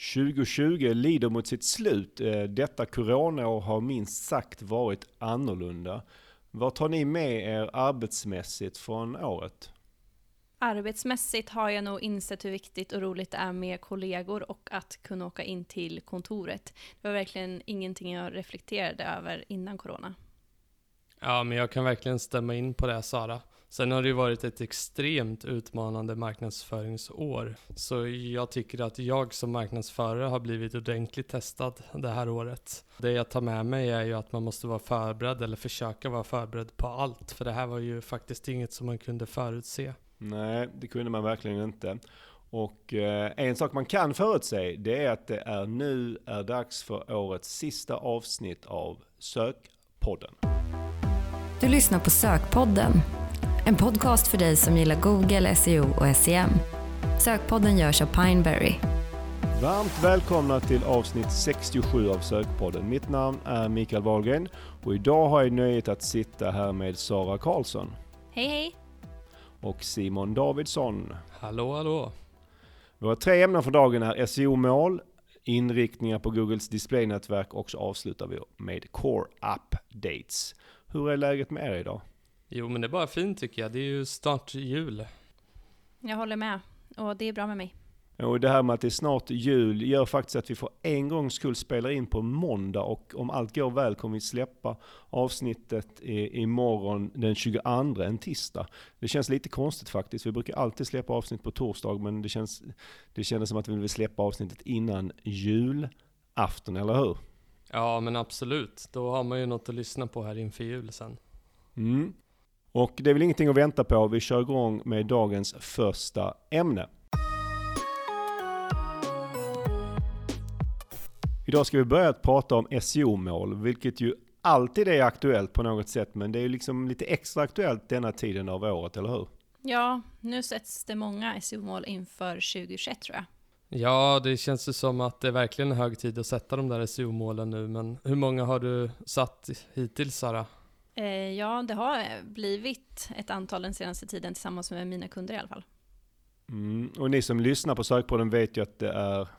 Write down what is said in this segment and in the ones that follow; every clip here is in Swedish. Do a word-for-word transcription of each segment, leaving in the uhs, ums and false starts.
tjugo tjugo lider mot sitt slut. Detta coronaår har minst sagt varit annorlunda. Vad tar ni med er arbetsmässigt från året? Arbetsmässigt har jag nog insett hur viktigt och roligt det är med kollegor och att kunna åka in till kontoret. Det var verkligen ingenting jag reflekterade över innan corona. Ja, men jag kan verkligen stämma in på det, Sara. Sen har det ju varit ett extremt utmanande marknadsföringsår. Så jag tycker att jag som marknadsförare har blivit ordentligt testad det här året. Det jag tar med mig är ju att man måste vara förberedd eller försöka vara förberedd på allt. För det här var ju faktiskt inget som man kunde förutse. Nej, det kunde man verkligen inte. Och eh, en sak man kan förutse, det är att det är nu är dags för årets sista avsnitt av Sökpodden. Du lyssnar på Sökpodden. En podcast för dig som gillar Google, S E O och S E M. Sökpodden görs av Pineberry. Varmt välkomna till avsnitt sextiosju av Sökpodden. Mitt namn är Mikael Wahlgren och idag har jag nöjet att sitta här med Sara Karlsson. Hej hej! Och Simon Davidsson. Hallå, hallå. Våra tre ämnen för dagen är S E O-mål, inriktningar på Googles displaynätverk och så avslutar vi med Core Updates. Hur är läget med er idag? Jo, men det är bara fint tycker jag. Det är ju snart jul. Jag håller med och det är bra med mig. Och det här med att det är snart jul gör faktiskt att vi får en gångs skull spela in på måndag och om allt går väl kommer vi släppa avsnittet i, imorgon den tjugoandra, en tisdag. Det känns lite konstigt faktiskt. Vi brukar alltid släppa avsnitt på torsdag men det känns, det känns som att vi vill släppa avsnittet innan julafton, eller hur? Ja, men absolut. Då har man ju något att lyssna på här inför jul sen. Mm. Och det är väl ingenting att vänta på. Vi kör igång med dagens första ämne. Idag ska vi börja att prata om S E O-mål, vilket ju alltid är aktuellt på något sätt, men det är ju liksom lite extra aktuellt denna tiden av året, eller hur? Ja, nu sätts det många S E O-mål inför tjugohundratjugoett tror jag. Ja, det känns ju som att det är verkligen hög tid att sätta de där S E O-målen nu, men hur många har du satt hittills, Sara? Eh, ja, det har blivit ett antal den senaste tiden tillsammans med mina kunder i alla fall. Mm. Och ni som lyssnar på Sökpodden vet ju att det är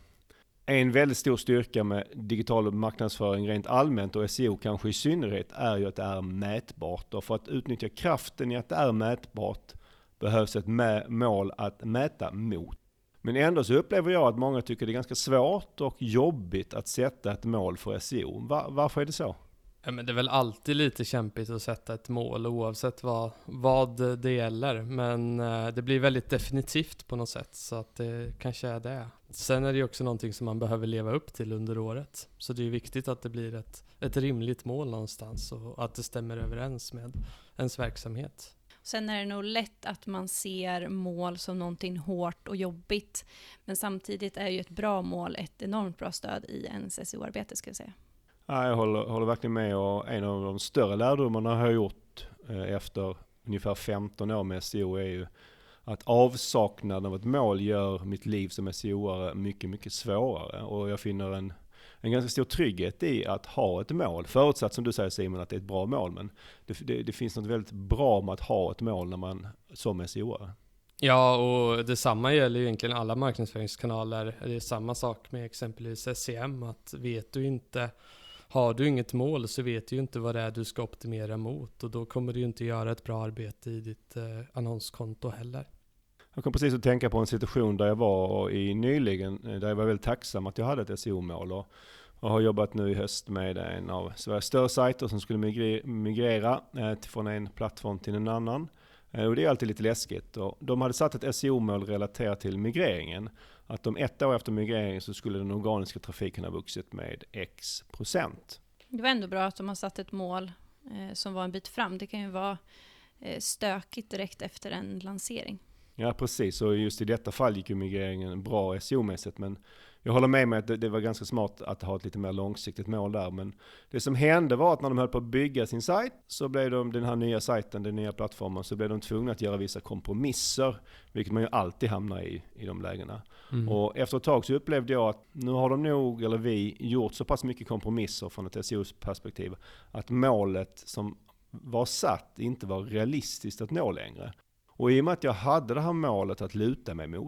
en väldigt stor styrka med digital marknadsföring rent allmänt och S E O kanske i synnerhet är ju att det är mätbart. Och för att utnyttja kraften i att det är mätbart behövs ett mä- mål att mäta mot. Men ändå så upplever jag att många tycker det är ganska svårt och jobbigt att sätta ett mål för S E O. Var, varför är det så? Ja, men det är väl alltid lite kämpigt att sätta ett mål oavsett vad, vad det gäller. Men eh, det blir väldigt definitivt på något sätt så att det kanske är det. Sen är det ju också någonting som man behöver leva upp till under året. Så det är viktigt att det blir ett, ett rimligt mål någonstans och att det stämmer överens med ens verksamhet. Sen är det nog lätt att man ser mål som någonting hårt och jobbigt. Men samtidigt är ju ett bra mål ett enormt bra stöd i ens S E O-arbete ska jag säga. Ja, jag håller, håller verkligen med och en av de större lärdomarna har jag gjort eh, efter ungefär femton år med S E O är ju att avsaknaden av ett mål gör mitt liv som S E O-are mycket, mycket svårare. Och jag finner en, en ganska stor trygghet i att ha ett mål. Förutsatt som du säger Simon att det är ett bra mål. Men det, det, det finns något väldigt bra med att ha ett mål när man som S E O-are. Ja, och detsamma gäller ju egentligen alla marknadsföringskanaler. Det är samma sak med exempelvis S E M. Att vet du inte, har du inget mål så vet du ju inte vad det är du ska optimera mot. Och då kommer du ju inte göra ett bra arbete i ditt eh, annonskonto heller. Jag kom precis att tänka på en situation där jag var i nyligen, där jag var väldigt tacksam att jag hade ett S E O-mål och, och har jobbat nu i höst med en av Sveriges större sajter som skulle migrera, migrera eh, från en plattform till en annan. Eh, och det är alltid lite läskigt. Och de hade satt ett S E O-mål relaterat till migreringen. Att om ett år efter migreringen så skulle den organiska trafiken ha vuxit med X procent. Det var ändå bra att de har satt ett mål eh, som var en bit fram. Det kan ju vara eh, stökigt direkt efter en lansering. Ja, precis. Och just i detta fall gick ju migreringen bra S E O-mässigt. Men jag håller med mig att det, det var ganska smart att ha ett lite mer långsiktigt mål där. Men det som hände var att när de höll på att bygga sin sajt så blev de, den här nya sajten, den nya plattformen, så blev de tvungna att göra vissa kompromisser. Vilket man ju alltid hamnar i i de lägena. Mm. Och efter ett tag så upplevde jag att nu har de nog, eller vi, gjort så pass mycket kompromisser från ett S E O-perspektiv att målet som var satt inte var realistiskt att nå längre. Och i och med att jag hade det här målet att luta mig mot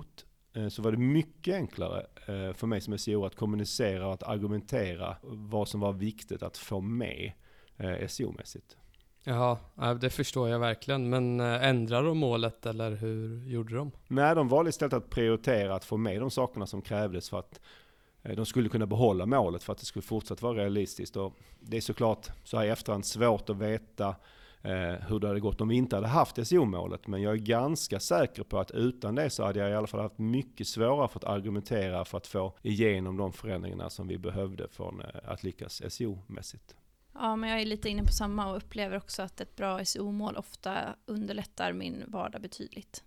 så var det mycket enklare för mig som S E O att kommunicera och att argumentera vad som var viktigt att få med S E O-mässigt. Ja, det förstår jag verkligen. Men ändrade de målet eller hur gjorde de? Nej, de valde istället att prioritera att få med de sakerna som krävdes för att de skulle kunna behålla målet för att det skulle fortsatt vara realistiskt. Och det är såklart så här i efterhand svårt att veta eh, hur det hade gått om vi inte hade haft S E O-målet. Men jag är ganska säker på att utan det så hade jag i alla fall haft mycket svårare för att argumentera för att få igenom de förändringarna som vi behövde för att lyckas S E O-mässigt. Ja, men jag är lite inne på samma och upplever också att ett bra S E O-mål ofta underlättar min vardag betydligt.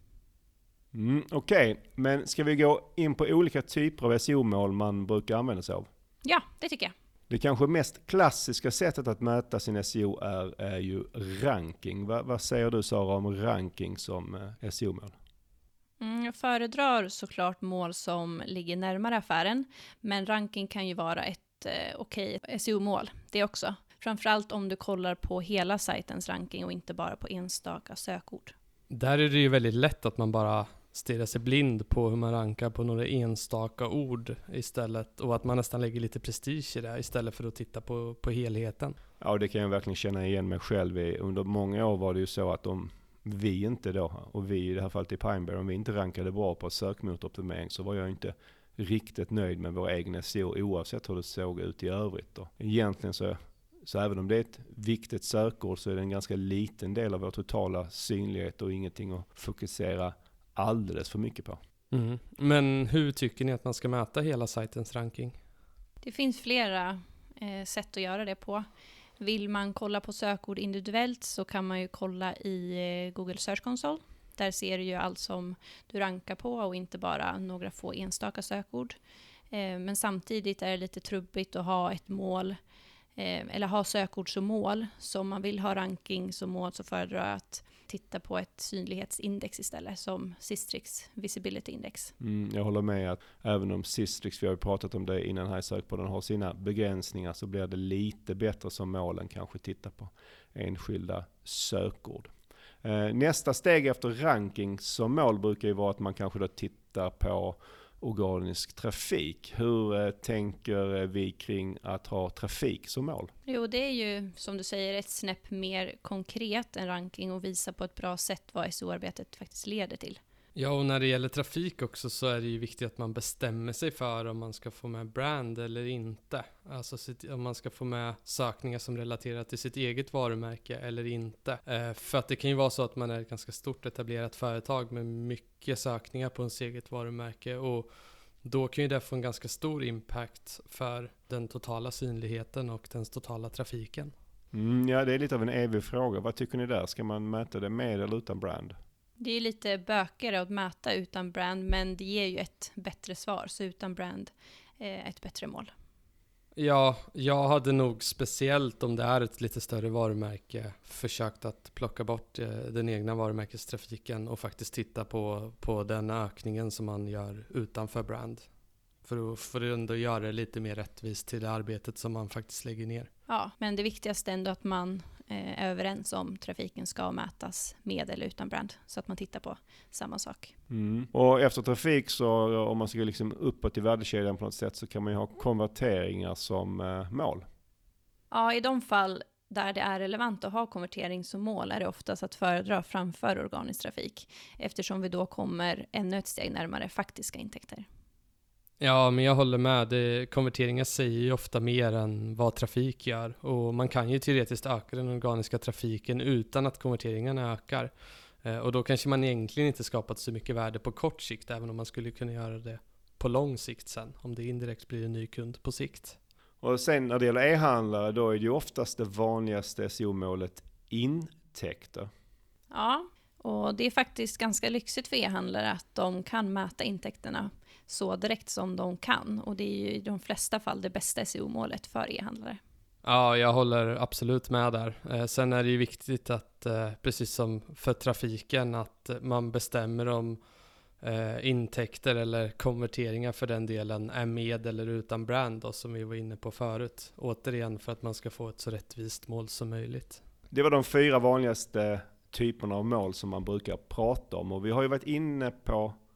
Mm, Okej, okay. Men ska vi gå in på olika typer av S E O-mål man brukar använda sig av? Ja, det tycker jag. Det kanske mest klassiska sättet att mäta sin S E O är, är ju ranking. Va, vad säger du, Sara, om ranking som eh, S E O-mål? Mm, jag föredrar såklart mål som ligger närmare affären, men ranking kan ju vara ett eh, okej S E O-mål det också. Framförallt om du kollar på hela sajtens ranking och inte bara på enstaka sökord. Där är det ju väldigt lätt att man bara stirrar sig blind på hur man rankar på några enstaka ord istället, och att man nästan lägger lite prestige i det istället för att titta på, på helheten. Ja, det kan jag verkligen känna igen mig själv i. Under många år var det ju så att om vi inte då, och vi i det här fallet i Pineberry, om vi inte rankade bra på sökmotoroptimering så var jag inte riktigt nöjd med vår egen S E O oavsett hur det såg ut i övrigt då. Egentligen så Så även om det är ett viktigt sökord så är det en ganska liten del av vår totala synlighet och ingenting att fokusera alldeles för mycket på. Mm. Men hur tycker ni att man ska mäta hela sajtens ranking? Det finns flera eh, sätt att göra det på. Vill man kolla på sökord individuellt så kan man ju kolla i eh, Google Search Console. Där ser du ju allt som du rankar på och inte bara några få enstaka sökord. Eh, men samtidigt är det lite trubbigt att ha ett mål eller ha sökord som mål. Så om man vill ha ranking som mål så föredrar jag att titta på ett synlighetsindex istället, som Sistrix Visibility Index. Mm, jag håller med att även om Sistrix, vi har ju pratat om det innan här i sökpodden, har sina begränsningar så blir det lite bättre som mål än kanske titta på enskilda sökord. Eh, nästa steg efter ranking som mål brukar ju vara att man kanske då tittar på organisk trafik. Hur eh, tänker vi kring att ha trafik som mål? Jo, det är ju som du säger ett snäpp mer konkret än ranking och visa på ett bra sätt vad S E O-arbetet faktiskt leder till. Ja, och när det gäller trafik också så är det ju viktigt att man bestämmer sig för om man ska få med brand eller inte. Alltså om man ska få med sökningar som relaterar till sitt eget varumärke eller inte. Eh, för att det kan ju vara så att man är ett ganska stort etablerat företag med mycket sökningar på ens eget varumärke, och då kan ju det få en ganska stor impact för den totala synligheten och den totala trafiken. Mm, ja, det är lite av en evig fråga. Vad tycker ni där? Ska man mäta det med eller utan brand? Det är lite bökigare att mäta utan brand, men det ger ju ett bättre svar. Så utan brand är ett bättre mål. Ja, jag hade nog speciellt om det är ett lite större varumärke försökt att plocka bort eh, den egna varumärkestrafiken och faktiskt titta på, på den ökningen som man gör utanför brand. För att, för att ändå göra det lite mer rättvist till det arbetet som man faktiskt lägger ner. Ja, men det viktigaste är ändå att man eh, är överens om trafiken ska mätas med eller utan brand. Så att man tittar på samma sak. Mm. Och efter trafik så om man ska gå liksom uppåt i värdekedjan på något sätt så kan man ju ha konverteringar som eh, mål. Ja, i de fall där det är relevant att ha konvertering som mål är det oftast att föredra framför organisk trafik. Eftersom vi då kommer ännu ett steg närmare faktiska intäkter. Ja, men jag håller med. Det, konverteringar säger ju ofta mer än vad trafik gör. Och man kan ju teoretiskt öka den organiska trafiken utan att konverteringarna ökar. Eh, och då kanske man egentligen inte skapat så mycket värde på kort sikt, även om man skulle kunna göra det på lång sikt sen, om det indirekt blir en ny kund på sikt. Och sen när det gäller e-handlare, då är det ju oftast det vanligaste S E O-målet intäkter. Ja, och det är faktiskt ganska lyxigt för e-handlare att de kan mäta intäkterna så direkt som de kan. Och det är ju i de flesta fall det bästa S E O-målet för e-handlare. Ja, jag håller absolut med där. Eh, sen är det ju viktigt att, eh, precis som för trafiken, att man bestämmer om eh, intäkter eller konverteringar för den delen är med eller utan brand då, som vi var inne på förut. Återigen för att man ska få ett så rättvist mål som möjligt. Det var de fyra vanligaste typerna av mål som man brukar prata om. Och vi har ju varit inne på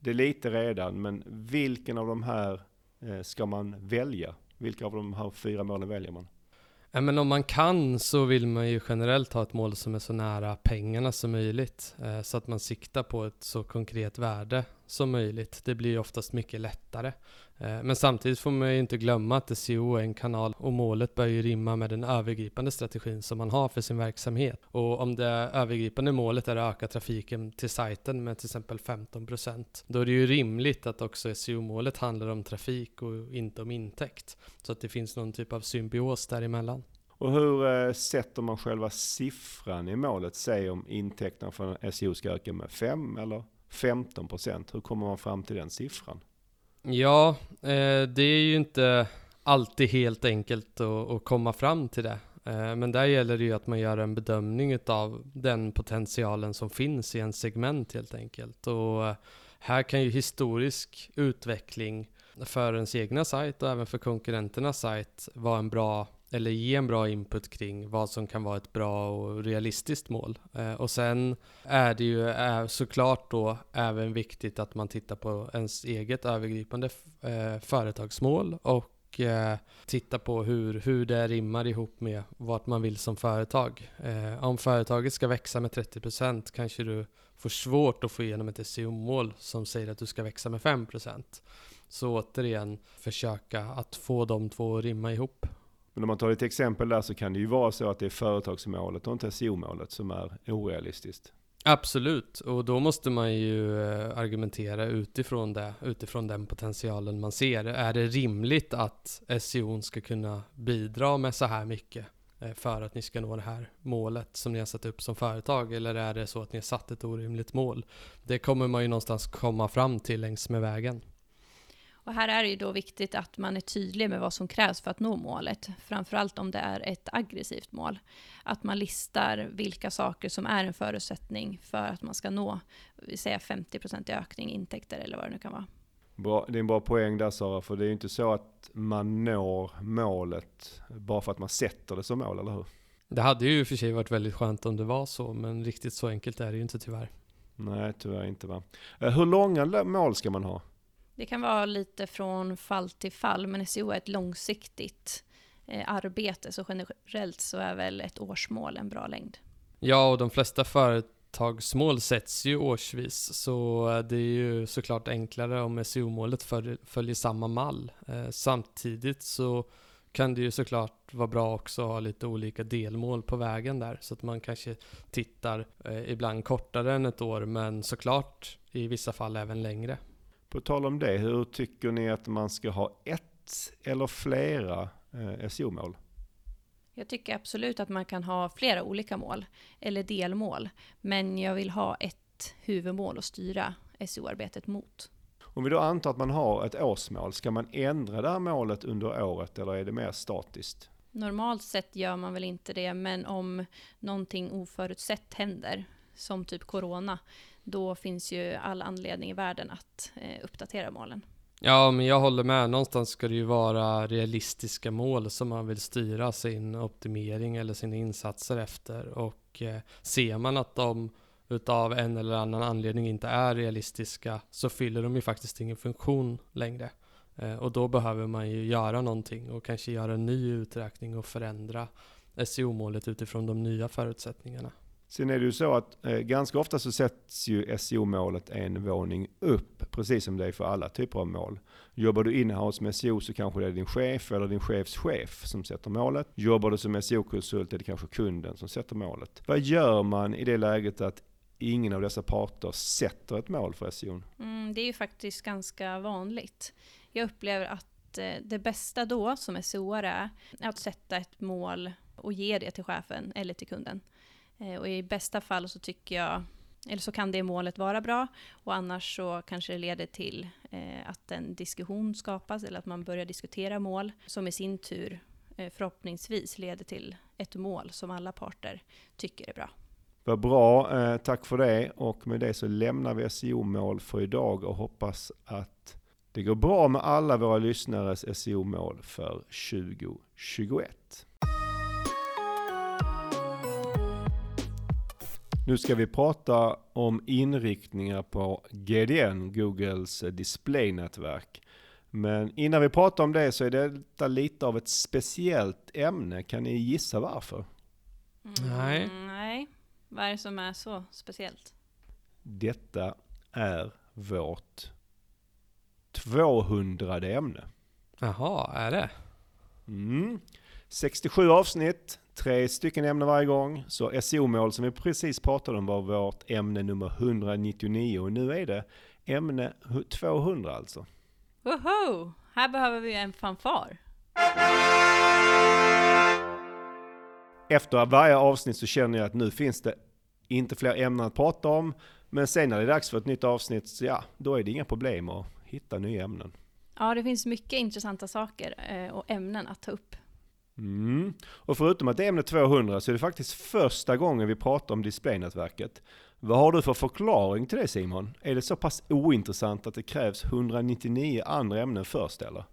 det är lite redan, men vilken av de här eh, ska man välja? Vilka av de här fyra målen väljer man? Ja, men om man kan så vill man ju generellt ha ett mål som är så nära pengarna som möjligt. Eh, så att man siktar på ett så konkret värde som möjligt. Det blir ju oftast mycket lättare. Eh, men samtidigt får man ju inte glömma att S E O är en kanal och målet bör ju rimma med den övergripande strategin som man har för sin verksamhet. Och om det övergripande målet är att öka trafiken till sajten med till exempel femton procent, då är det ju rimligt att också S E O-målet handlar om trafik och inte om intäkt. Så att det finns någon typ av symbios däremellan. Och hur eh, sätter man själva siffran i målet? Säg om intäkterna från S E O ska öka med fem eller femton procent. Hur kommer man fram till den siffran? Ja, eh, det är ju inte alltid helt enkelt att, att komma fram till det. Eh, men där gäller det ju att man gör en bedömning av den potentialen som finns i en segment helt enkelt. Och eh, här kan ju historisk utveckling för ens egna sajt och även för konkurrenternas sajt vara en bra, eller ge en bra input kring vad som kan vara ett bra och realistiskt mål. Eh, och sen är det ju är såklart då även viktigt att man tittar på ens eget övergripande eh, företagsmål och eh, tittar på hur, hur det rimmar ihop med vad man vill som företag. Eh, om företaget ska växa med trettio procent kanske du får svårt att få igenom ett S E O-mål som säger att du ska växa med fem procent. Så återigen försöka att få de två att rimma ihop. Men om man tar ett exempel där så kan det ju vara så att det är företagsmålet och inte S E O-målet som är orealistiskt. Absolut, och då måste man ju argumentera utifrån det, utifrån den potentialen man ser. Är det rimligt att S E O ska kunna bidra med så här mycket för att ni ska nå det här målet som ni har satt upp som företag? Eller är det så att ni har satt ett orimligt mål? Det kommer man ju någonstans komma fram till längs med vägen. Och här är det ju då viktigt att man är tydlig med vad som krävs för att nå målet. Framförallt om det är ett aggressivt mål. Att man listar vilka saker som är en förutsättning för att man ska nå, vi säger femtio procent i ökning, intäkter eller vad det nu kan vara. Bra, det är en bra poäng där, Sara, för det är ju inte så att man når målet bara för att man sätter det som mål, eller hur? Det hade ju för sig varit väldigt skönt om det var så, men riktigt så enkelt är det ju inte tyvärr. Nej, tyvärr inte, va? Hur långa mål ska man ha? Det kan vara lite från fall till fall, men S E O är ett långsiktigt eh, arbete, så generellt så är väl ett årsmål en bra längd. Ja, och de flesta företagsmål sätts ju årsvis, så det är ju såklart enklare om S E O-målet följer samma mall. Eh, samtidigt så kan det ju såklart vara bra också att ha lite olika delmål på vägen där, så att man kanske tittar eh, ibland kortare än ett år, men såklart i vissa fall även längre. På tal om det, hur tycker ni att man ska ha ett eller flera eh, S E O-mål? Jag tycker absolut att man kan ha flera olika mål eller delmål, men jag vill ha ett huvudmål att styra S E O-arbetet mot. Om vi då antar att man har ett årsmål, ska man ändra det här målet under året eller är det mer statiskt? Normalt sett gör man väl inte det, men om någonting oförutsett händer, som typ corona, då finns ju all anledning i världen att eh, uppdatera målen. Ja, men jag håller med. Någonstans ska det ju vara realistiska mål som man vill styra sin optimering eller sina insatser efter. Och eh, ser man att de utav en eller annan anledning inte är realistiska, så fyller de ju faktiskt ingen funktion längre. Eh, och då behöver man ju göra någonting och kanske göra en ny uträkning och förändra S E O-målet utifrån de nya förutsättningarna. Sen är det ju så att eh, ganska ofta så sätts ju S E O-målet en våning upp, precis som det är för alla typer av mål. Jobbar du in-house med S E O så kanske det är din chef eller din chefs chef som sätter målet. Jobbar du som S E O-konsult är det kanske kunden som sätter målet. Vad gör man i det läget att ingen av dessa parter sätter ett mål för S E O? Mm, det är ju faktiskt ganska vanligt. Jag upplever att eh, det bästa då som S E O-are är, är att sätta ett mål och ge det till chefen eller till kunden. Och i bästa fall så tycker jag, eller så kan det målet vara bra, och annars så kanske det leder till eh, att en diskussion skapas eller att man börjar diskutera mål som i sin tur eh, förhoppningsvis leder till ett mål som alla parter tycker är bra. Vad bra, eh, tack för det, och med det så lämnar vi S E O-mål för idag och hoppas att det går bra med alla våra lyssnares S E O-mål för tjugo tjugoett. Nu ska vi prata om inriktningar på G D N, Googles displaynätverk. Men innan vi pratar om det så är detta lite av ett speciellt ämne. Kan ni gissa varför? Mm, Nej. Nej. Vad är det som är så speciellt? Detta är vårt tvåhundrade ämne. Jaha, är det? Mm. sextiosju avsnitt, tre stycken ämnen varje gång. Så S E O-mål som vi precis pratade om var vårt ämne nummer etthundranittionio. Och nu är det ämne tvåhundra alltså. Woho! Här behöver vi en fanfar. Efter varje avsnitt så känner jag att nu finns det inte fler ämnen att prata om. Men sen när det är dags för ett nytt avsnitt, så ja, då är det inga problem att hitta nya ämnen. Ja, det finns mycket intressanta saker eh, och ämnen att ta upp. Mm. Och förutom att det är ämne tvåhundra så är det faktiskt första gången vi pratar om displaynätverket. Vad har du för förklaring till det, Simon? Är det så pass ointressant att det krävs etthundranittionio andra ämnen först, eller?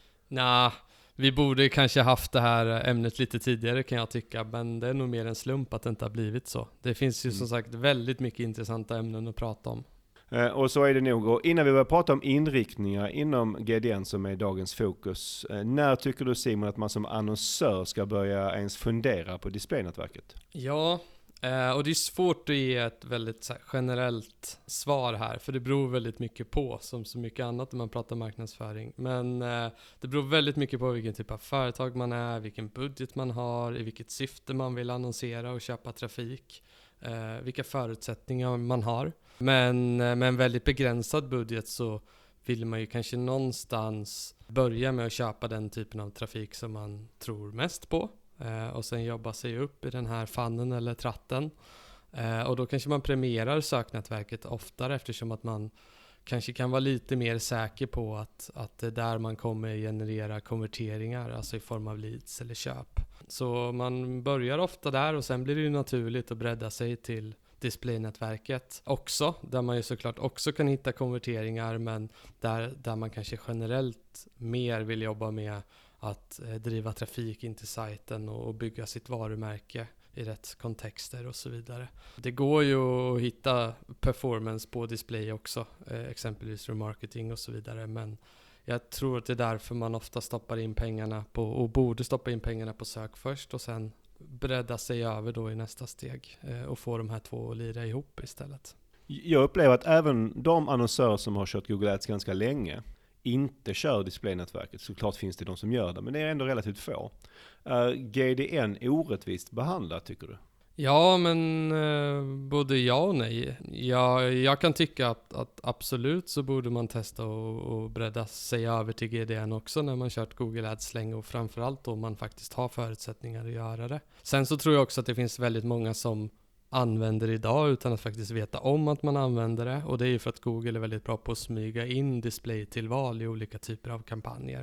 Nah, vi borde kanske haft det här ämnet lite tidigare kan jag tycka, men det är nog mer en slump att det inte har blivit så. Det finns ju mm. som sagt väldigt mycket intressanta ämnen att prata om. Eh, och så är det nog. Och innan vi börjar prata om inriktningar inom G D N som är dagens fokus, eh, när tycker du, Simon, att man som annonsör ska börja ens fundera på displaynätverket? Ja, eh, och det är svårt att ge ett väldigt så här, generellt svar här, för det beror väldigt mycket på, som så mycket annat när man pratar marknadsföring. Men eh, det beror väldigt mycket på vilken typ av företag man är, vilken budget man har, i vilket syfte man vill annonsera och köpa trafik, eh, vilka förutsättningar man har. Men med en väldigt begränsad budget så vill man ju kanske någonstans börja med att köpa den typen av trafik som man tror mest på. Eh, och sen jobba sig upp i den här funneln eller tratten. Eh, och då kanske man premierar söknätverket oftare eftersom att man kanske kan vara lite mer säker på att, att det är där man kommer generera konverteringar, alltså i form av leads eller köp. Så man börjar ofta där och sen blir det ju naturligt att bredda sig till displaynätverket också, där man ju såklart också kan hitta konverteringar, men där, där man kanske generellt mer vill jobba med att eh, driva trafik in till sajten och, och bygga sitt varumärke i rätt kontexter och så vidare. Det går ju att hitta performance på display också, eh, exempelvis remarketing och så vidare, men jag tror att det är därför man ofta stoppar in pengarna på, och borde stoppa in pengarna på sök först och sen bredda sig över då i nästa steg eh, och få de här två att lira ihop istället. Jag upplever att även de annonsörer som har kört Google Ads ganska länge inte kör displaynätverket. Såklart finns det de som gör det, men det är ändå relativt få. Är G D N orättvist behandlat, tycker du? Ja, men eh, både ja och nej. Jag, jag kan tycka att, att absolut så borde man testa och, och bredda sig över till G D N också när man kört Google Ads länge, och framförallt om man faktiskt har förutsättningar att göra det. Sen så tror jag också att det finns väldigt många som använder idag utan att faktiskt veta om att man använder det, och det är ju för att Google är väldigt bra på att smyga in display-tillval i olika typer av kampanjer.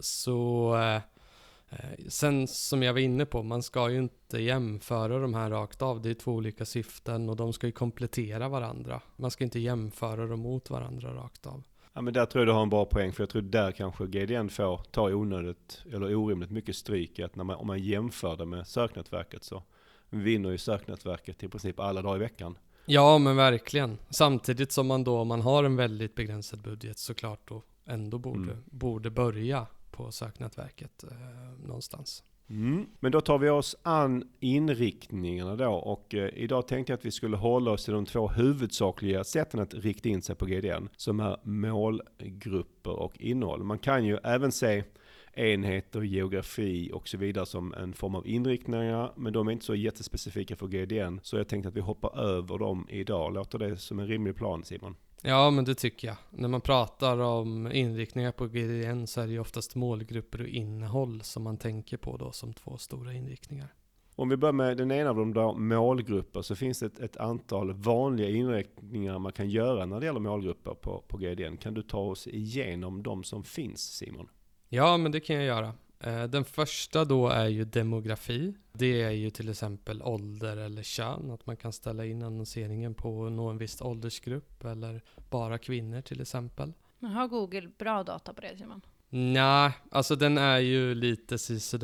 Så eh, sen som jag var inne på, man ska ju inte jämföra de här rakt av. Det är två olika syften och de ska ju komplettera varandra. Man ska inte jämföra dem mot varandra rakt av. Ja, men där tror jag du har en bra poäng, för jag tror där kanske G D N får ta onödigt eller orimligt mycket stryk, att när man, om man jämför det med söknätverket så vinner ju söknätverket i princip alla dagar i veckan. Ja, men verkligen. Samtidigt som man då, om man har en väldigt begränsad budget, såklart då ändå borde, mm. borde börja på söknätverket eh, någonstans. Mm. Men då tar vi oss an inriktningarna då, och eh, idag tänkte jag att vi skulle hålla oss till de två huvudsakliga sätten att rikta in sig på G D N, som är målgrupper och innehåll. Man kan ju även se enheter, geografi och så vidare som en form av inriktningar, men de är inte så jättespecifika för G D N, så jag tänkte att vi hoppar över dem idag. Låter det som en rimlig plan, Simon? Ja, men det tycker jag. När man pratar om inriktningar på G D N så är det ju oftast målgrupper och innehåll som man tänker på då som två stora inriktningar. Om vi börjar med den ena av de där målgrupper, så finns det ett, ett antal vanliga inriktningar man kan göra när det gäller målgrupper på, på G D N. Kan du ta oss igenom de som finns, Simon? Ja, men det kan jag göra. Den första då är ju demografi. Det är ju till exempel ålder eller kön. Att man kan ställa in annonseringen på nå en viss åldersgrupp eller bara kvinnor till exempel. Men har Google bra data på det, Simon? Nej, alltså den är ju lite sådär.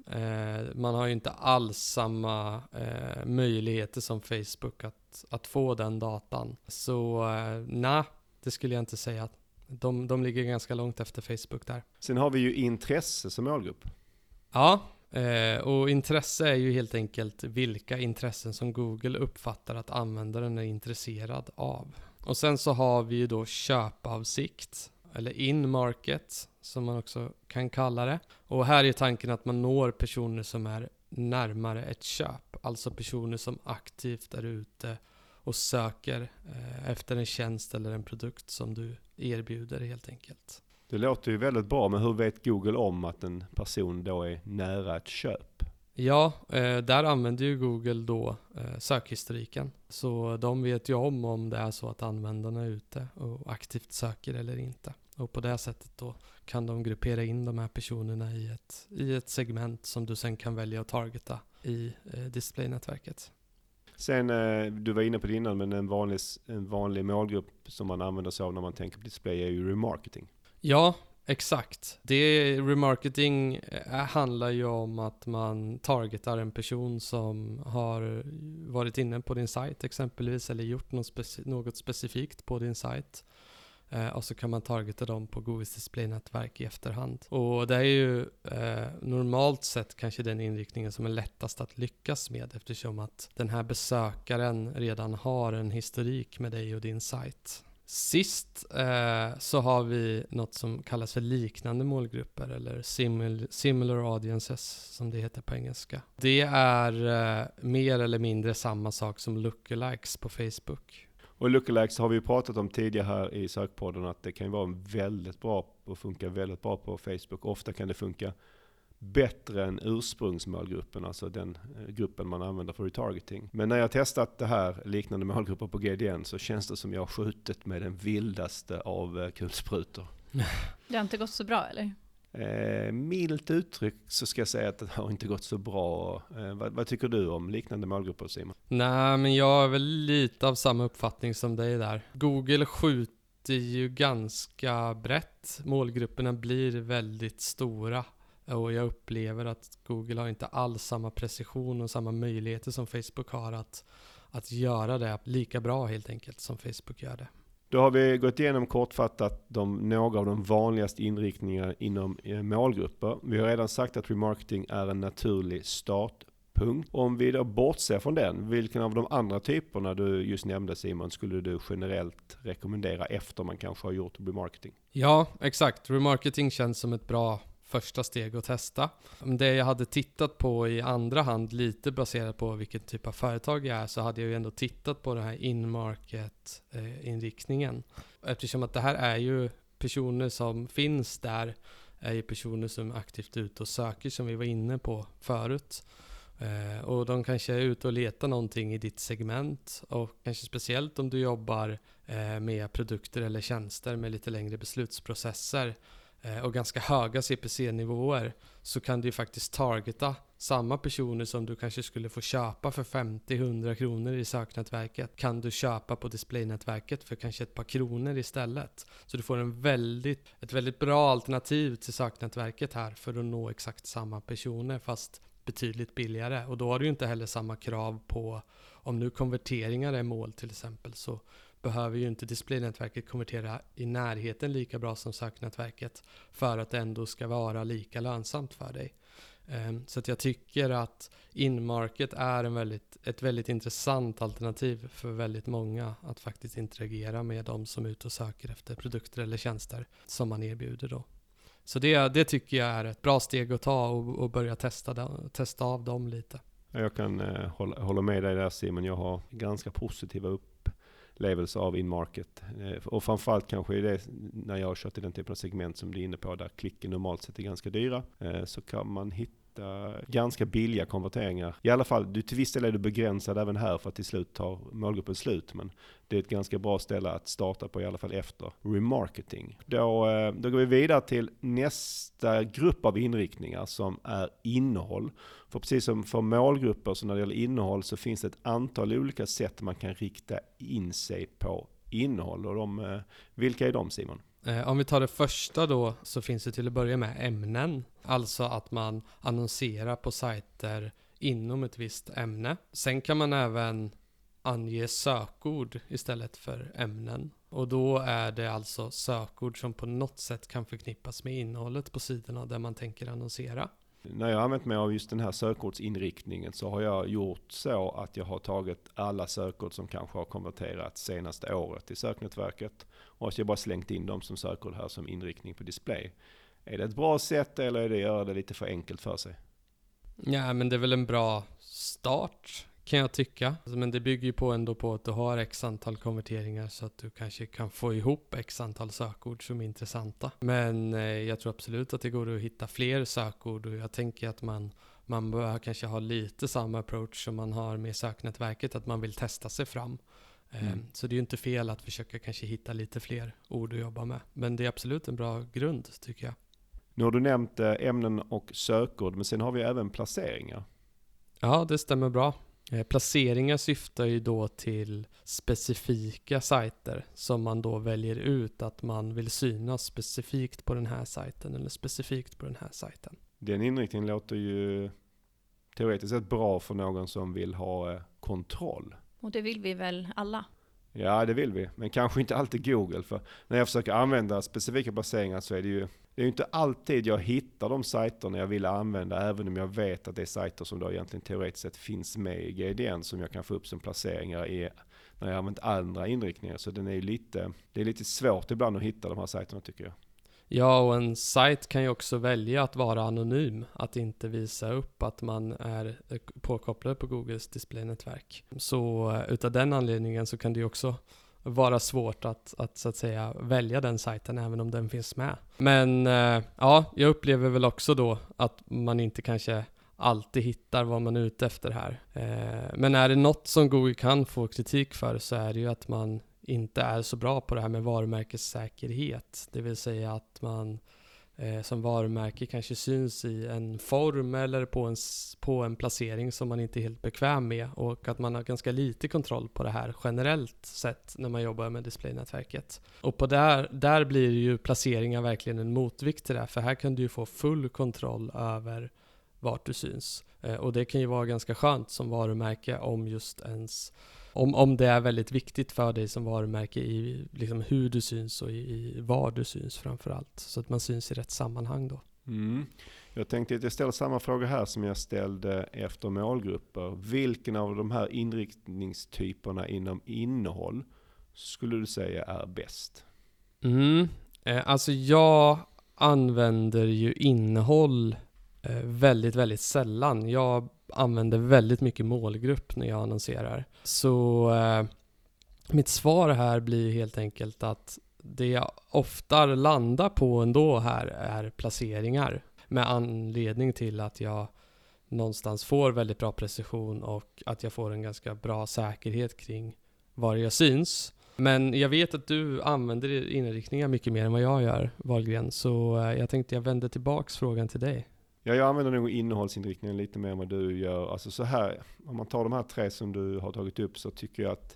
Eh, man har ju inte alls samma eh, möjligheter som Facebook att, att få den datan. Så eh, nej, det skulle jag inte säga. De, de ligger ganska långt efter Facebook där. Sen har vi ju intresse som målgrupp. Ja, eh, och intresse är ju helt enkelt vilka intressen som Google uppfattar att användaren är intresserad av. Och sen så har vi ju då köpavsikt, eller in-market som man också kan kalla det. Och här är tanken att man når personer som är närmare ett köp. Alltså personer som aktivt är ute och söker eh, efter en tjänst eller en produkt som du erbjuder helt enkelt. Det låter ju väldigt bra, men hur vet Google om att en person då är nära ett köp? Ja, eh, där använder ju Google då eh, sökhistoriken. Så de vet ju om om det är så att användarna är ute och aktivt söker eller inte. Och på det sättet då kan de gruppera in de här personerna i ett, i ett segment som du sen kan välja att targeta i eh, displaynätverket. Sen, eh, du var inne på det innan, men en vanlig, en vanlig målgrupp som man använder sig av när man tänker på display är ju remarketing. Ja, exakt. Det remarketing handlar ju om att man targetar en person som har varit inne på din sajt exempelvis eller gjort något, speci- något specifikt på din sajt. Eh, och så kan man targeta dem på Googles displaynätverk i efterhand. Och det är ju eh, normalt sett kanske den inriktningen som är lättast att lyckas med eftersom att den här besökaren redan har en historik med dig och din sajt. Sist eh, så har vi något som kallas för liknande målgrupper eller simil- similar audiences som det heter på engelska. Det är eh, mer eller mindre samma sak som lookalikes på Facebook. Och lookalikes har vi ju pratat om tidigare här i sökpodden att det kan vara väldigt bra och funka väldigt bra på Facebook. Ofta kan det funka bättre än ursprungsmålgruppen, alltså den gruppen man använder för retargeting. Men när jag testat det här liknande målgrupper på G D N så känns det som jag har skjutit med den vildaste av kulsprutor. Det har inte gått så bra, eller? Eh, milt uttryck så ska jag säga att det har inte gått så bra. Eh, vad, vad tycker du om liknande målgrupper, Simon? Nej, men jag är väl lite av samma uppfattning som dig där. Google skjuter ju ganska brett. Målgrupperna blir väldigt stora. Och jag upplever att Google har inte alls samma precision och samma möjligheter som Facebook har att, att göra det lika bra helt enkelt som Facebook gör det. Då har vi gått igenom kortfattat de, några av de vanligaste inriktningarna inom målgrupper. Vi har redan sagt att remarketing är en naturlig startpunkt. Om vi då bortser från den, vilken av de andra typerna du just nämnde, Simon, skulle du generellt rekommendera efter man kanske har gjort remarketing? Ja, exakt. Remarketing känns som ett bra första steg att testa. Det jag hade tittat på i andra hand, lite baserat på vilken typ av företag jag är, så hade jag ju ändå tittat på den här in-market-inriktningen. Eftersom att det här är ju personer som finns där, är ju personer som är aktivt ute och söker, som vi var inne på förut. Och de kanske är ute och letar någonting i ditt segment, och kanske speciellt om du jobbar med produkter eller tjänster med lite längre beslutsprocesser och ganska höga C P C-nivåer, så kan du ju faktiskt targeta samma personer som du kanske skulle få köpa för femtio till hundra kronor i söknätverket. Kan du köpa på displaynätverket för kanske ett par kronor istället. Så du får en väldigt, ett väldigt bra alternativ till söknätverket här för att nå exakt samma personer fast betydligt billigare. Och då har du ju inte heller samma krav på, om nu konverteringar är mål till exempel, så behöver ju inte displaynätverket konvertera i närheten lika bra som söknätverket för att det ändå ska vara lika lönsamt för dig. Så att jag tycker att in-market är en väldigt, ett väldigt intressant alternativ för väldigt många att faktiskt interagera med de som är ute och söker efter produkter eller tjänster som man erbjuder då. Så det, det tycker jag är ett bra steg att ta och, och börja testa, testa av dem lite. Jag kan eh, hålla, hålla med dig där, Simon. Jag har ganska positiva upplevelser av in-market. Eh, och framförallt kanske i det, när jag har kört i den typen av segment som du är inne på, där klicken normalt sett är ganska dyra, eh, så kan man hitta ganska billiga konverteringar. I alla fall, du, till viss del är du begränsad även här för att till slut tar målgruppen slut, men det är ett ganska bra ställe att starta på i alla fall efter remarketing. Då, då går vi vidare till nästa grupp av inriktningar som är innehåll. För precis som för målgrupper, så när det gäller innehåll, så finns det ett antal olika sätt man kan rikta in sig på innehåll. Och de, vilka är de, Simon? Eh, om vi tar det första då, så finns det till att börja med ämnen. Alltså att man annonserar på sajter inom ett visst ämne. Sen kan man även ange sökord istället för ämnen. Och då är det alltså sökord som på något sätt kan förknippas med innehållet på sidorna där man tänker annonsera. När jag har använt mig av just den här sökordsinriktningen så har jag gjort så att jag har tagit alla sökord som kanske har konverterat senaste året i söknätverket och så jag bara slängt in dem som sökord här som inriktning på display. Är det ett bra sätt eller är det gör det lite för enkelt för sig? Ja, men det är väl en bra start kan jag tycka. Men det bygger ju på ändå på att du har x antal konverteringar så att du kanske kan få ihop x antal sökord som är intressanta. Men eh, jag tror absolut att det går att hitta fler sökord och jag tänker att man, man bör kanske ha lite samma approach som man har med söknätverket, att man vill testa sig fram. Eh, mm. Så det är ju inte fel att försöka kanske hitta lite fler ord att jobba med. Men det är absolut en bra grund tycker jag. Nu har du nämnt eh, ämnen och sökord, men sen har vi även placeringar. Ja, det stämmer bra. Placeringar syftar ju då till specifika sajter som man då väljer ut att man vill synas specifikt på den här sajten eller specifikt på den här sajten. Den inriktningen låter ju teoretiskt sett bra för någon som vill ha kontroll. Och det vill vi väl alla? Ja, det vill vi. Men kanske inte alltid Google. För när jag försöker använda specifika placeringar så är det ju det är ju inte alltid jag hittar de sajterna jag vill använda, även om jag vet att det är sajter som då egentligen teoretiskt sett finns med i G D N som jag kan få upp som placeringar i när jag använt andra inriktningar. Så den är lite, det är lite svårt ibland att hitta de här sajterna tycker jag. Ja, och en sajt kan ju också välja att vara anonym, att inte visa upp att man är påkopplad på Googles displaynätverk. Så utav den anledningen så kan det ju också vara svårt att, att så att säga välja den sajten även om den finns med. Men eh, ja, jag upplever väl också då att man inte kanske alltid hittar vad man är ute efter här. Eh, men är det något som Google kan få kritik för så är det ju att man inte är så bra på det här med varumärkessäkerhet. Det vill säga att man eh, som varumärke kanske syns i en form eller på en, på en placering som man inte är helt bekväm med och att man har ganska lite kontroll på det här generellt sett när man jobbar med displaynätverket. Och på där, där blir ju placeringar verkligen en motvikt till det här, för här kan du ju få full kontroll över vart du syns. Eh, och det kan ju vara ganska skönt som varumärke om just ens Om, om det är väldigt viktigt för dig som varumärke i liksom hur du syns och i, i var du syns framförallt. Så att man syns i rätt sammanhang då. Mm. Jag tänkte att jag ställer samma fråga här som jag ställde efter målgrupper. Vilken av de här inriktningstyperna inom innehåll skulle du säga är bäst? Mm. Eh, alltså jag använder ju innehåll eh, väldigt, väldigt sällan. Jag använder väldigt mycket målgrupp när jag annonserar. Så eh, mitt svar här blir helt enkelt att det jag ofta landar på ändå här är placeringar. Med anledning till att jag någonstans får väldigt bra precision och att jag får en ganska bra säkerhet kring var jag syns. Men jag vet att du använder inriktningar mycket mer än vad jag gör, Wahlgren. Så eh, jag tänkte jag vänder tillbaks frågan till dig. Ja, jag använder nog innehållsinriktningen lite mer än vad du gör. Alltså så här, om man tar de här tre som du har tagit upp så tycker jag att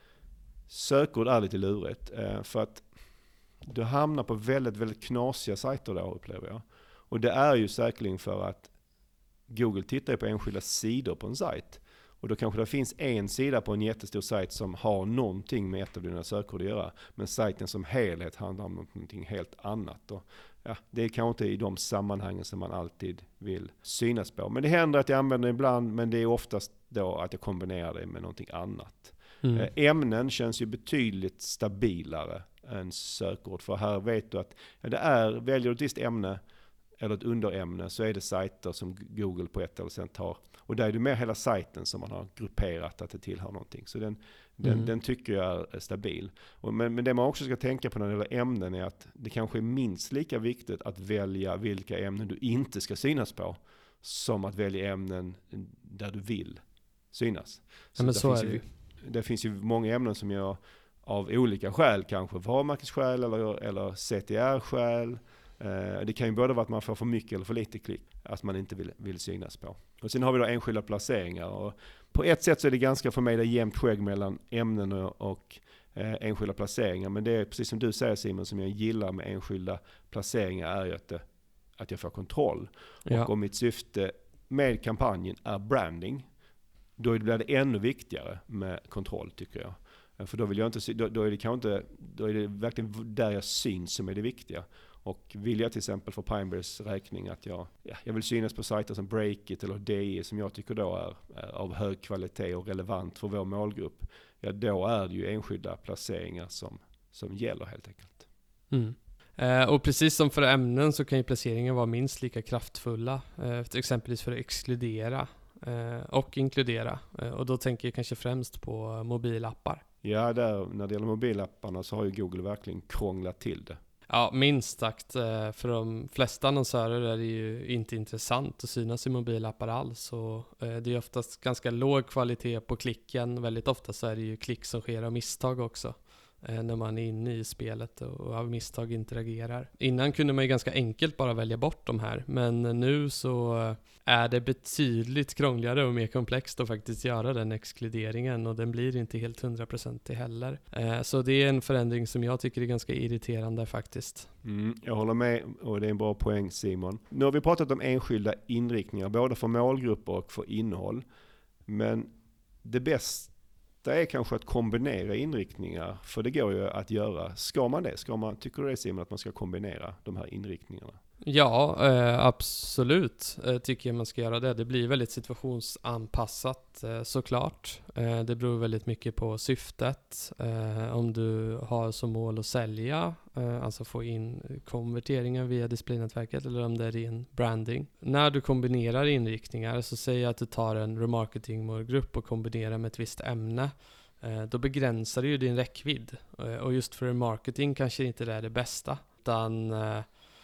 sökord är lite lurigt. Eh, för att du hamnar på väldigt, väldigt knasiga sajter då, upplever jag. Och det är ju säkerligen för att Google tittar på enskilda sidor på en sajt. Och då kanske det finns en sida på en jättestor sajt som har någonting med ett av dina sökord att göra. Men sajten som helhet handlar om någonting helt annat. Och ja, det är kanske inte i de sammanhangen som man alltid vill synas på. Men det händer att jag använder det ibland, men det är oftast då att jag kombinerar det med någonting annat. Mm. Ämnen känns ju betydligt stabilare än sökord. För här vet du att ja, det är, väljer du ett visst ämne eller ett underämne så är det sajter som Google på ett eller sen tar. Och där är det mer hela sajten som man har grupperat att det tillhör någonting. Så den, den, mm. den tycker jag är stabil. Och men, men det man också ska tänka på när det gäller ämnen är att det kanske är minst lika viktigt att välja vilka ämnen du inte ska synas på som att välja ämnen där du vill synas. Så, ja, men så är finns det ju, det finns ju många ämnen som jag av olika skäl, kanske varumärkesskäl eller, eller C T R-skäl. Eh, det kan ju både vara att man får för mycket eller för lite klick, att man inte vill, vill synas på. Och sen har vi då enskilda placeringar. Och på ett sätt så är det ganska för mig det jämnt skägg mellan ämnen och, och eh, enskilda placeringar. Men det är precis som du säger Simon, som jag gillar med enskilda placeringar är ju att, det, att jag får kontroll. Ja. Och om mitt syfte med kampanjen är branding, då blir det ännu viktigare med kontroll tycker jag. För då vill jag inte, då, då är det kanske inte, då är det verkligen där jag syns som är det viktiga. Och vill jag till exempel för Pineberrys räkning att jag, ja, jag vill synas på sajter som Breakit eller D I som jag tycker då är, är av hög kvalitet och relevant för vår målgrupp. Ja, då är det ju enskilda placeringar som, som gäller helt enkelt. Mm. Eh, och precis som för ämnen så kan ju placeringen vara minst lika kraftfulla. Eh, exempelvis för att exkludera eh, och inkludera. Eh, och då tänker jag kanske främst på mobilappar. Ja, där, när det gäller mobilapparna så har ju Google verkligen krånglat till det. Ja, minst sagt. För de flesta annonsörer är det ju inte intressant att synas i mobilappar alls. Och det är oftast ganska låg kvalitet på klicken. Väldigt ofta så är det ju klick som sker av misstag också. När man är inne i spelet och av misstag interagerar. Innan kunde man ju ganska enkelt bara välja bort de här. Men nu så är det betydligt krångligare och mer komplext att faktiskt göra den exkluderingen. Och den blir inte helt hundraprocentig heller. Så det är en förändring som jag tycker är ganska irriterande faktiskt. Mm, jag håller med och det är en bra poäng Simon. Nu har vi pratat om enskilda inriktningar både för målgrupper och för innehåll. Men det bästa det är kanske att kombinera inriktningar, för det går ju att göra. Ska man det? Ska man, tycker du det Simon att man ska kombinera de här inriktningarna? Ja, eh, absolut eh, tycker jag man ska göra det. Det blir väldigt situationsanpassat eh, såklart. Eh, det beror väldigt mycket på syftet. Eh, om du har som mål att sälja, eh, alltså få in konverteringar via displaynätverket, eller om det är ren branding. När du kombinerar inriktningar, så säger jag att du tar en remarketing-målgrupp och kombinerar med ett visst ämne. Eh, då begränsar du ju din räckvidd. Eh, och just för remarketing kanske inte det är det bästa. Utan eh,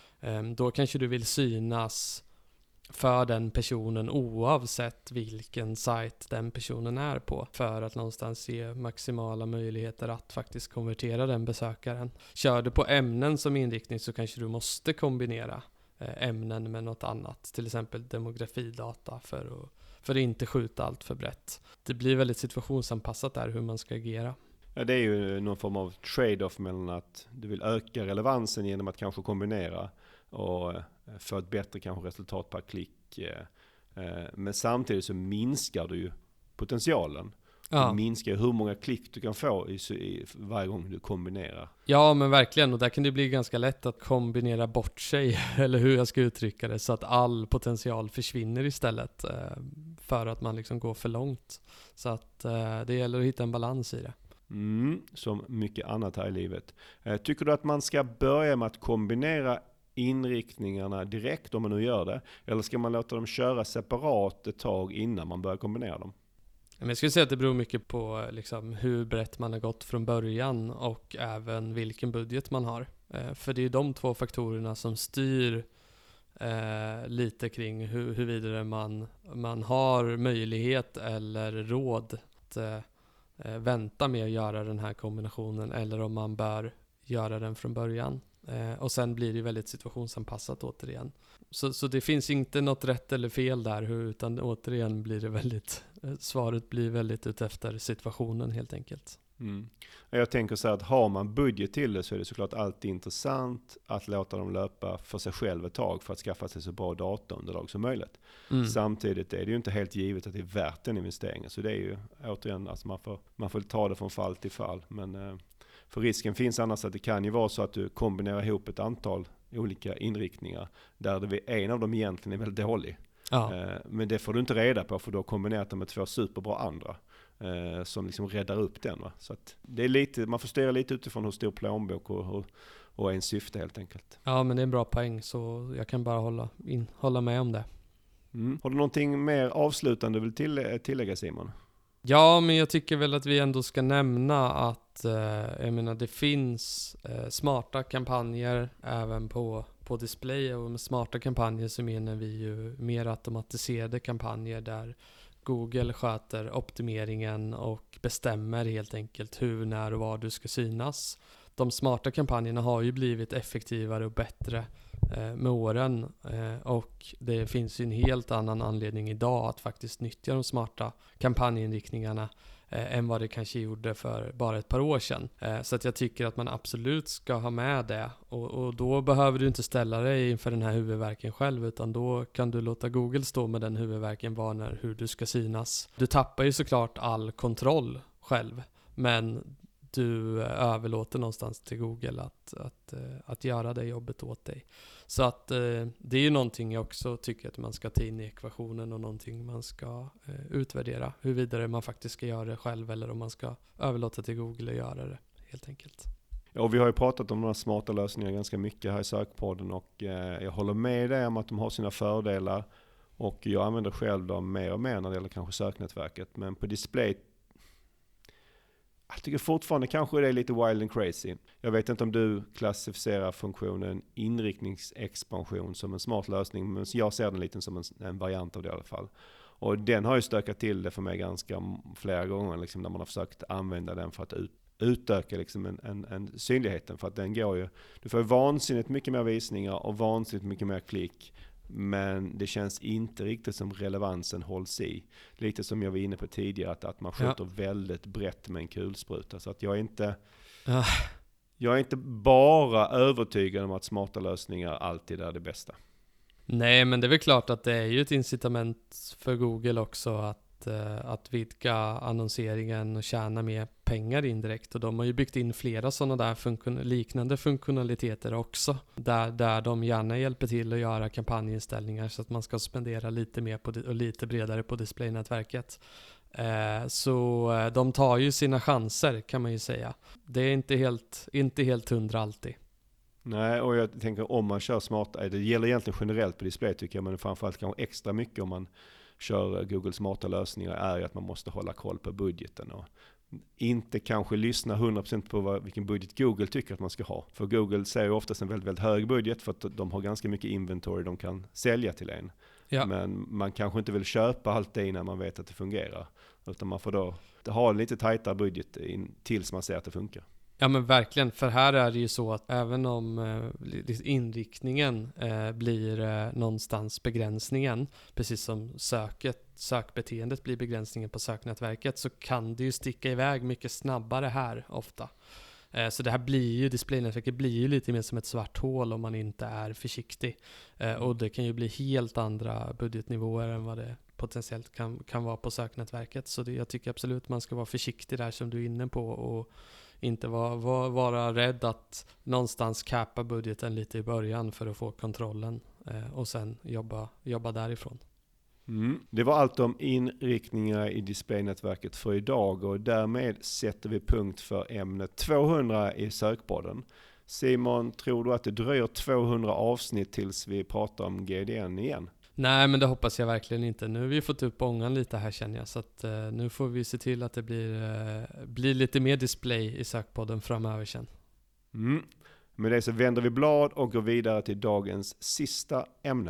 då kanske du vill synas för den personen oavsett vilken sajt den personen är på, för att någonstans ge maximala möjligheter att faktiskt konvertera den besökaren. Kör du på ämnen som inriktning så kanske du måste kombinera ämnen med något annat, till exempel demografidata, för att, för att inte skjuta allt för brett. Det blir väldigt situationsanpassat där hur man ska agera. Ja, det är ju någon form av trade-off mellan att du vill öka relevansen genom att kanske kombinera och få ett bättre kanske resultat per klick. Men samtidigt så minskar du ju potentialen. Ja. Du minskar hur många klick du kan få i, i varje gång du kombinerar. Ja, men verkligen. Och där kan det bli ganska lätt att kombinera bort sig, eller hur jag ska uttrycka det, så att all potential försvinner istället för att man liksom går för långt. Så att det gäller att hitta en balans i det. Mm, som mycket annat här i livet. Tycker du att man ska börja med att kombinera inriktningarna direkt om man nu gör det? Eller ska man låta dem köra separat ett tag innan man börjar kombinera dem? Jag skulle säga att det beror mycket på liksom hur brett man har gått från början och även vilken budget man har. För det är de två faktorerna som styr eh, lite kring hur, huruvida man, man har möjlighet eller råd att eh, vänta med att göra den här kombinationen, eller om man bör göra den från början. Eh, och sen blir det väldigt situationsanpassat återigen. Så, så det finns inte något rätt eller fel där, utan återigen blir det väldigt, svaret blir väldigt utefter situationen helt enkelt. Mm. Jag tänker så här att har man budget till det så är det såklart alltid intressant att låta dem löpa för sig själv ett tag för att skaffa sig så bra dataunderlag som möjligt. Mm. Samtidigt är det ju inte helt givet att det är värt den investeringen. Så det är ju återigen, alltså man får, man får ta det från fall till fall. Men eh, för risken finns annars att det kan ju vara så att du kombinerar ihop ett antal olika inriktningar där det en av dem egentligen är väldigt dålig. Ja. Eh, men det får du inte reda på, för du har kombinerat dem med två superbra andra. Eh, som liksom räddar upp den. Va? Så att det är lite, man får styra lite utifrån hur stor plånbok och, och, och en syfte helt enkelt. Ja, men det är en bra poäng, så jag kan bara hålla, in, hålla med om det. Mm. Har du någonting mer avslutande du vill till, tillägga Simon? Ja, men jag tycker väl att vi ändå ska nämna att eh, jag menar, det finns eh, smarta kampanjer även på, på display, och med smarta kampanjer så menar vi ju mer automatiserade kampanjer där Google sköter optimeringen och bestämmer helt enkelt hur, när och var du ska synas. De smarta kampanjerna har ju blivit effektivare och bättre eh, med åren, eh, och det finns ju en helt annan anledning idag att faktiskt nyttja de smarta kampanjinriktningarna eh, än vad det kanske gjorde för bara ett par år sedan. Eh, så att jag tycker att man absolut ska ha med det. Och, och då behöver du inte ställa dig inför den här huvudvärken själv, utan då kan du låta Google stå med den huvudvärken var när hur du ska synas. Du tappar ju såklart all kontroll själv, men du överlåter någonstans till Google att, att, att göra det jobbet åt dig. Så att det är ju någonting jag också tycker att man ska ta in i ekvationen och någonting man ska utvärdera. Hur vidare man faktiskt ska göra det själv eller om man ska överlåta till Google att göra det helt enkelt. Ja, och vi har ju pratat om de här smarta lösningarna ganska mycket här i Sökpodden och eh, jag håller med dig om att de har sina fördelar och jag använder själv dem mer och mer när det gäller kanske söknätverket. Men på display jag tycker fortfarande kanske det är lite wild and crazy. Jag vet inte om du klassificerar funktionen inriktningsexpansion som en smart lösning, men jag ser den lite som en, en variant av det i alla fall. Och den har ju stökat till det för mig ganska flera gånger liksom, när man har försökt använda den för att ut, utöka liksom en, en, en synligheten. För att den går ju, du får ju vansinnigt mycket mer visningar och vansinnigt mycket mer klick. Men det känns inte riktigt som relevansen hålls i. Lite som jag var inne på tidigare, att, att man skjuter ja. väldigt brett med en kulspruta. Så att jag är inte ja. jag är inte bara övertygad om att smarta lösningar alltid är det bästa. Nej, men det är väl klart att det är ju ett incitament för Google också att, att vidga annonseringen och tjäna mer pengar indirekt. Och de har ju byggt in flera sådana där funktion- liknande funktionaliteter också. Där, där de gärna hjälper till att göra kampanjinställningar så att man ska spendera lite mer på di- och lite bredare på displaynätverket. Eh, så eh, de tar ju sina chanser kan man ju säga. Det är inte helt, inte helt hundra alltid. Nej, och jag tänker om man kör smart, det gäller egentligen generellt på display tycker jag, men framförallt kanske extra mycket om man kör Google smarta lösningar är ju att man måste hålla koll på budgeten och inte kanske lyssna hundra procent på vad, vilken budget Google tycker att man ska ha. För Google säger oftast en väldigt, väldigt hög budget för att de har ganska mycket inventory de kan sälja till en. Ja. Men man kanske inte vill köpa allt det innan man vet att det fungerar. Utan man får då ha en lite tajtare budget in, tills man ser att det funkar. Ja men verkligen, för här är det ju så att även om eh, inriktningen eh, blir eh, någonstans begränsningen, precis som söket, sökbeteendet blir begränsningen på söknätverket, så kan det ju sticka iväg mycket snabbare här ofta. Eh, så det här blir ju, displaynätverket blir ju lite mer som ett svart hål om man inte är försiktig. Eh, och det kan ju bli helt andra budgetnivåer än vad det potentiellt kan, kan vara på söknätverket. Så det, jag tycker absolut man ska vara försiktig där som du är inne på och inte vara, vara, vara rädd att någonstans kappa budgeten lite i början för att få kontrollen eh, och sen jobba, jobba därifrån. Mm. Det var allt om inriktningar i displaynätverket för idag och därmed sätter vi punkt för ämne tvåhundra i Sökpodden. Simon, tror du att det dröjer tvåhundra avsnitt tills vi pratar om G D N igen? Nej, men det hoppas jag verkligen inte. Nu har vi fått upp ångan lite här känner jag. Så att, eh, nu får vi se till att det blir, eh, blir lite mer display i Sökpodden framöver sen. Mm. Med det så vänder vi blad och går vidare till dagens sista ämne.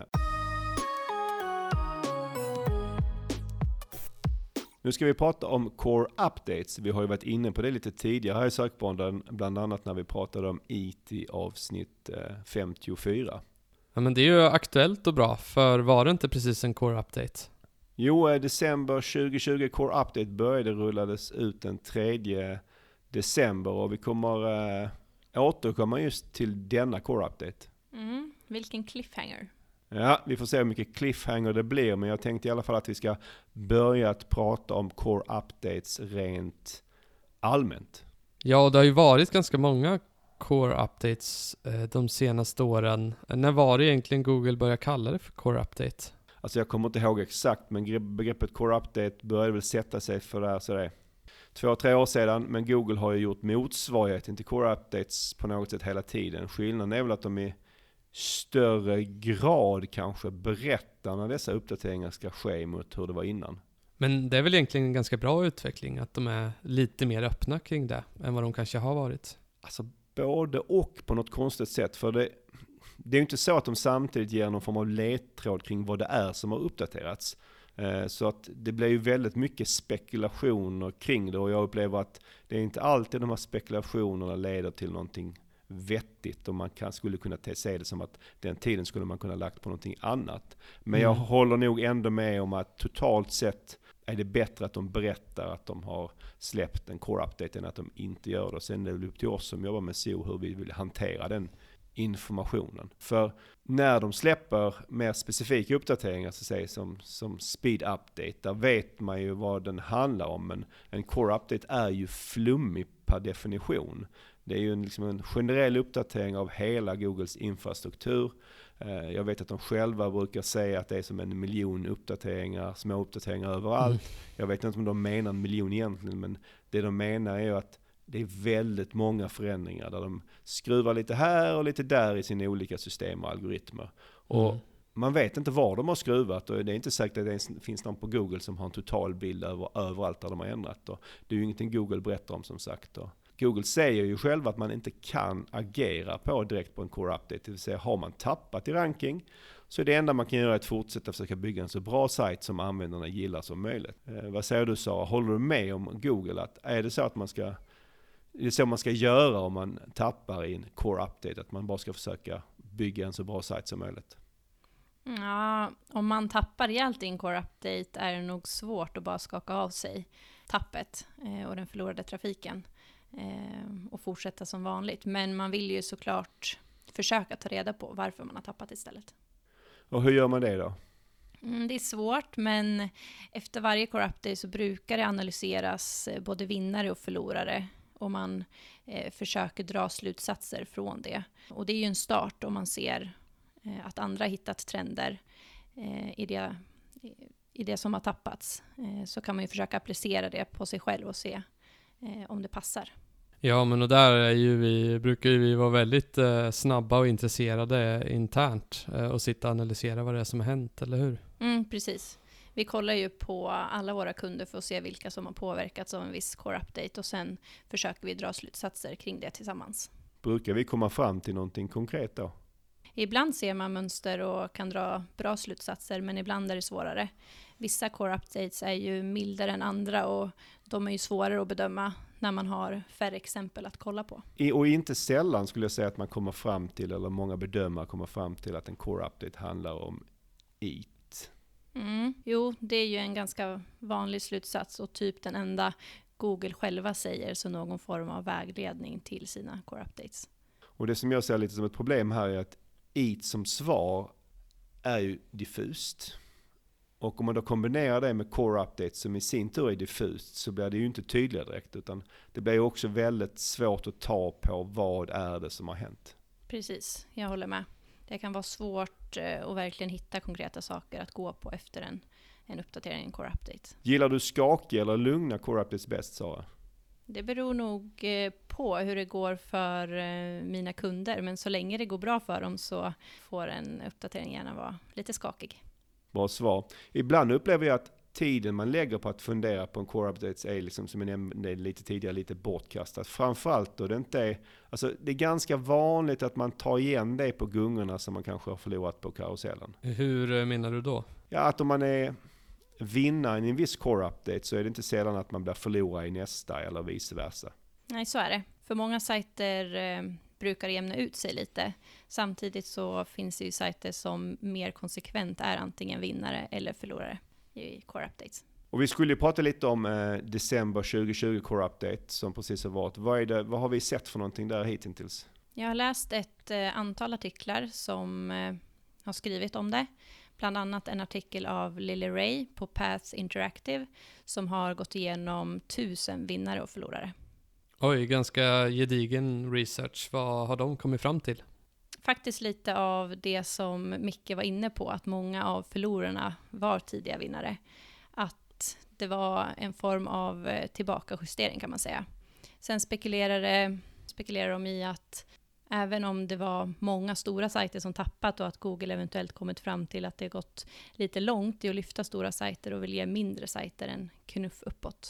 Nu ska vi prata om Core Updates. Vi har ju varit inne på det lite tidigare här i Sökpodden, bland annat när vi pratade om I T avsnitt femtiofyra. Ja, men det är ju aktuellt och bra, för var det inte precis en Core Update? Jo, december tjugohundratjugo Core Update började rullades ut den tredje december och vi kommer äh, återkomma just till denna Core Update. Mm, vilken cliffhanger. Ja, vi får se hur mycket cliffhanger det blir, men jag tänkte i alla fall att vi ska börja att prata om Core Updates rent allmänt. Ja, och det har ju varit ganska många Core Updates eh, de senaste åren. När var det egentligen Google började kalla det för Core Update? Alltså jag kommer inte ihåg exakt, men begreppet Core Update började väl sätta sig för det här, så det är två, tre år sedan. Men Google har ju gjort motsvarigheten till Core Updates på något sätt hela tiden. Skillnaden är väl att de i större grad kanske berättar när dessa uppdateringar ska ske mot hur det var innan. Men det är väl egentligen en ganska bra utveckling att de är lite mer öppna kring det än vad de kanske har varit. Alltså både och på något konstigt sätt, för det, det är ju inte så att de samtidigt ger någon form av ledtråd kring vad det är som har uppdaterats. Eh, så att det blir ju väldigt mycket spekulationer kring det och jag upplever att det är inte alltid de här spekulationerna leder till någonting vettigt och man kan, skulle kunna te- se det som att den tiden skulle man kunna lagt på någonting annat. Men mm. jag håller nog ändå med om att totalt sett är det bättre att de berättar att de har släppt en core-update än att de inte gör det. Sen är det upp till oss som jobbar med S E O hur vi vill hantera den informationen. För när de släpper mer specifika uppdateringar så säger som, som speed update, där vet man ju vad den handlar om. Men en core update är ju flummig per definition. Det är ju en, liksom en generell uppdatering av hela Googles infrastruktur. Jag vet att de själva brukar säga att det är som en miljon uppdateringar, små uppdateringar överallt. Mm. Jag vet inte om de menar en miljon egentligen, men det de menar är att det är väldigt många förändringar där de skruvar lite här och lite där i sina olika system och algoritmer. Och mm. man vet inte var de har skruvat och det är inte säkert att det finns någon på Google som har en total bild över överallt där de har ändrat. Och det är ju ingenting Google berättar om som sagt. Och Google säger ju själva att man inte kan agera på direkt på en core update. Det vill säga har man tappat i ranking så är det enda man kan göra att fortsätta försöka bygga en så bra sajt som användarna gillar som möjligt. Eh, vad säger du Sara? Håller du med om Google att är det så att man ska det är så man ska göra om man tappar i en core update, att man bara ska försöka bygga en så bra sajt som möjligt? Ja, om man tappar i allt i en core update är det nog svårt att bara skaka av sig tappet eh, och den förlorade trafiken eh, och fortsätta som vanligt. Men man vill ju såklart försöka ta reda på varför man har tappat istället. Och hur gör man det då? Mm, det är svårt, men efter varje core update så brukar det analyseras både vinnare och förlorare. Och man eh, försöker dra slutsatser från det. Och det är ju en start om man ser eh, att andra hittat trender eh, i, det, i det som har tappats. Eh, så kan man ju försöka applicera det på sig själv och se eh, om det passar. Ja, men och där är ju vi, brukar ju vi vara väldigt eh, snabba och intresserade internt eh, och sitta och analysera vad det är som har hänt, eller hur? Mm, precis. Vi kollar ju på alla våra kunder för att se vilka som har påverkats av en viss core update och sen försöker vi dra slutsatser kring det tillsammans. Brukar vi komma fram till någonting konkret då? Ibland ser man mönster och kan dra bra slutsatser, men ibland är det svårare. Vissa core updates är ju mildare än andra och de är ju svårare att bedöma när man har färre exempel att kolla på. Och inte sällan skulle jag säga att man kommer fram till, eller många bedömare kommer fram till att en core update handlar om E A T. Mm. Jo, det är ju en ganska vanlig slutsats och typ den enda Google själva säger så någon form av vägledning till sina core updates. Och det som jag ser lite som ett problem här är att E A T som svar är ju diffust. Och om man då kombinerar det med core updates som i sin tur är diffust så blir det ju inte tydligare direkt, utan det blir ju också väldigt svårt att ta på vad är det som har hänt. Precis, jag håller med. Det kan vara svårt att verkligen hitta konkreta saker att gå på efter en, en uppdatering, en core update. Gillar du skakiga eller lugna core updates bäst, Sara? Det beror nog på hur det går för mina kunder, men så länge det går bra för dem så får en uppdatering gärna vara lite skakig. Bra svar. Ibland upplever jag att tiden man lägger på att fundera på en core update är liksom, som jag nämnde lite tidigare, lite bortkastat. Framförallt då det inte är, alltså det är ganska vanligt att man tar igen det på gungorna som man kanske har förlorat på karusellen. Hur menar du då? Ja, att om man är vinnaren i en viss core update så är det inte sällan att man blir förlorare i nästa eller vice versa. Nej, så är det. För många sajter eh, brukar jämna ut sig lite. Samtidigt så finns det ju sajter som mer konsekvent är antingen vinnare eller förlorare i core updates. Och vi skulle ju prata lite om eh, december tjugo tjugo core update som precis har varit. Vad, är det, vad har vi sett för någonting där hittills? Jag har läst ett eh, antal artiklar som eh, har skrivit om det. Bland annat en artikel av Lily Ray på Paths Interactive som har gått igenom tusen vinnare och förlorare. Oj, ganska gedigen research. Vad har de kommit fram till? Faktiskt lite av det som Micke var inne på, att många av förlorarna var tidiga vinnare. Att det var en form av tillbakajustering kan man säga. Sen spekulerade, spekulerade de i att även om det var många stora sajter som tappat och att Google eventuellt kommit fram till att det gått lite långt i att lyfta stora sajter och vill ge mindre sajter en knuff uppåt.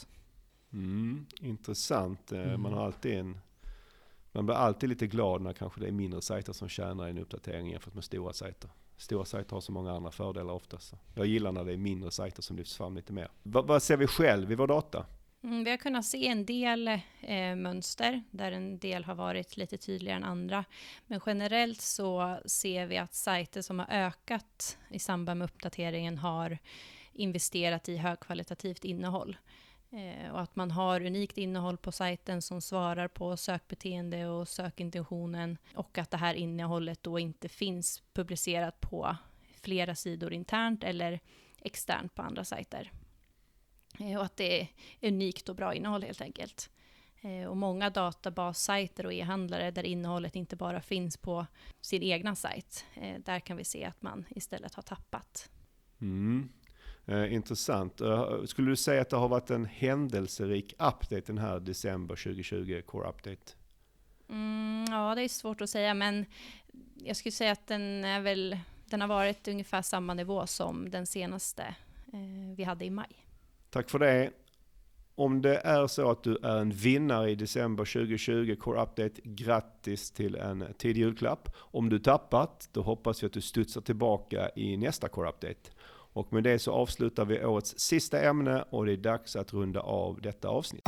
Mm, intressant. Mm. Man har alltid en, man blir alltid lite glad när kanske det är mindre sajter som tjänar en uppdatering jämfört med stora sajter. Stora sajter har så många andra fördelar oftast. Jag gillar när det är mindre sajter som lyfts fram lite mer. Va, vad ser vi själv i vår data? Mm, vi har kunnat se en del eh, mönster där en del har varit lite tydligare än andra. Men generellt så ser vi att sajter som har ökat i samband med uppdateringen har investerat i högkvalitativt innehåll. Eh, och att man har unikt innehåll på sajten som svarar på sökbeteende och sökintentionen. Och att det här innehållet då inte finns publicerat på flera sidor internt eller externt på andra sajter. Och att det är unikt och bra innehåll helt enkelt. Och många databassajter och e-handlare där innehållet inte bara finns på sin egna sajt. Där kan vi se att man istället har tappat. Mm. Eh, intressant. Uh, skulle du säga att det har varit en händelserik update den här december tjugohundratjugo Core Update? Mm, ja, det är svårt att säga, men jag skulle säga att den är väl, den har varit ungefär samma nivå som den senaste eh, vi hade i maj. Tack för det. Om det är så att du är en vinnare i december tjugohundratjugo Core Update, grattis till en tidig julklapp. Om du tappat, då hoppas vi att du studsar tillbaka i nästa Core Update. Och med det så avslutar vi årets sista ämne och det är dags att runda av detta avsnitt.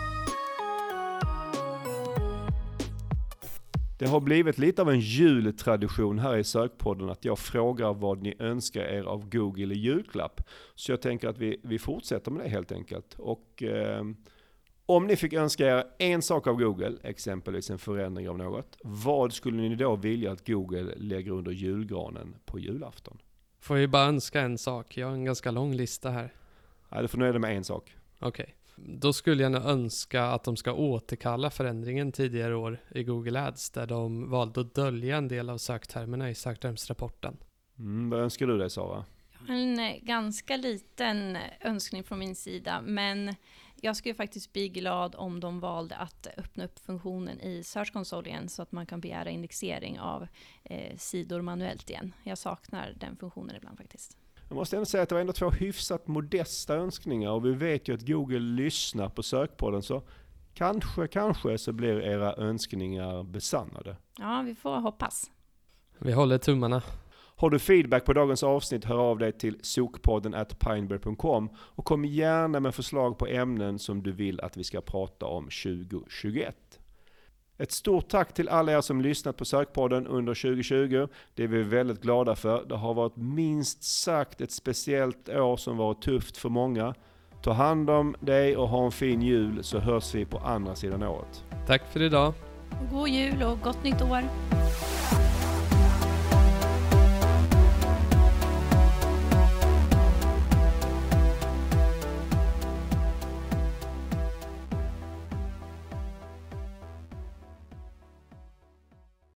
Det har blivit lite av en jultradition här i Sökpodden att jag frågar vad ni önskar er av Google i julklapp. Så jag tänker att vi, vi fortsätter med det helt enkelt. Och eh, om ni fick önska er en sak av Google, exempelvis en förändring av något, vad skulle ni då vilja att Google lägger under julgranen på julafton? Får jag bara önska en sak? Jag har en ganska lång lista här. Ja, du får nöja dig med en sak. Okej. Okay. Då skulle jag nog önska att de ska återkalla förändringen tidigare år i Google Ads där de valde att dölja en del av söktermerna i söktermsrapporten. Mm, vad önskar du dig, Sara? En ganska liten önskning från min sida, men jag skulle faktiskt bli glad om de valde att öppna upp funktionen i Search Console igen så att man kan begära indexering av eh, sidor manuellt igen. Jag saknar den funktionen ibland faktiskt. Jag måste ändå säga att det var ändå två hyfsat modesta önskningar och vi vet ju att Google lyssnar på sökpodden, så kanske, kanske så blir era önskningar besannade. Ja, vi får hoppas. Vi håller tummarna. Har du feedback på dagens avsnitt, hör av dig till sokpodden at pineberry punkt com och kom gärna med förslag på ämnen som du vill att vi ska prata om tjugohundratjugoett. Ett stort tack till alla er som lyssnat på Sökpodden under tjugohundratjugo. Det är vi väldigt glada för. Det har varit minst sagt ett speciellt år som var tufft för många. Ta hand om dig och ha en fin jul, så hörs vi på andra sidan året. Tack för idag. God jul och gott nytt år.